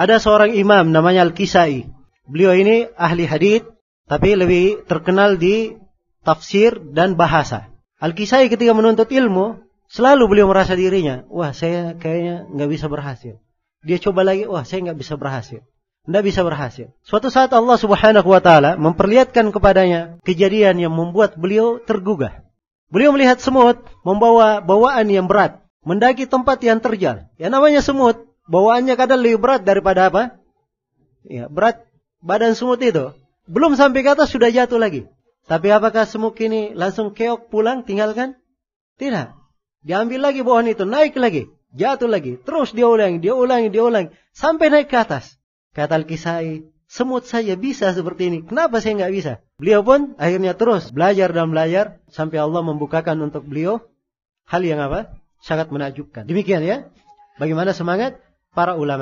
Ada seorang imam namanya Al-Kisai. Beliau ini ahli hadits, tapi lebih terkenal di tafsir dan bahasa. Al-Kisai ketika menuntut ilmu, selalu beliau merasa dirinya, wah saya kayaknya nggak bisa berhasil. Dia coba lagi, wah saya nggak bisa berhasil. Nggak bisa berhasil. Suatu saat Allah Subhanahu wa Ta'ala memperlihatkan kepadanya kejadian yang membuat beliau tergugah. Beliau melihat semut membawa bawaan yang berat, mendaki tempat yang terjal. Ya namanya semut, bawaannya kadang lebih berat daripada apa? Ya, berat badan semut itu. Belum sampai ke atas sudah jatuh lagi. Tapi apakah semut ini langsung keok pulang tinggalkan? Tidak. Diambil lagi bawaan itu, naik lagi, jatuh lagi. Terus dia ulangi, sampai naik ke atas. Kata Al-Kisai, semut saja bisa seperti ini. Kenapa saya nggak bisa? Beliau pun akhirnya terus belajar dan belajar sampai Allah membukakan untuk beliau hal yang apa? Sangat menakjubkan. Demikian ya. Bagaimana semangat para ulama.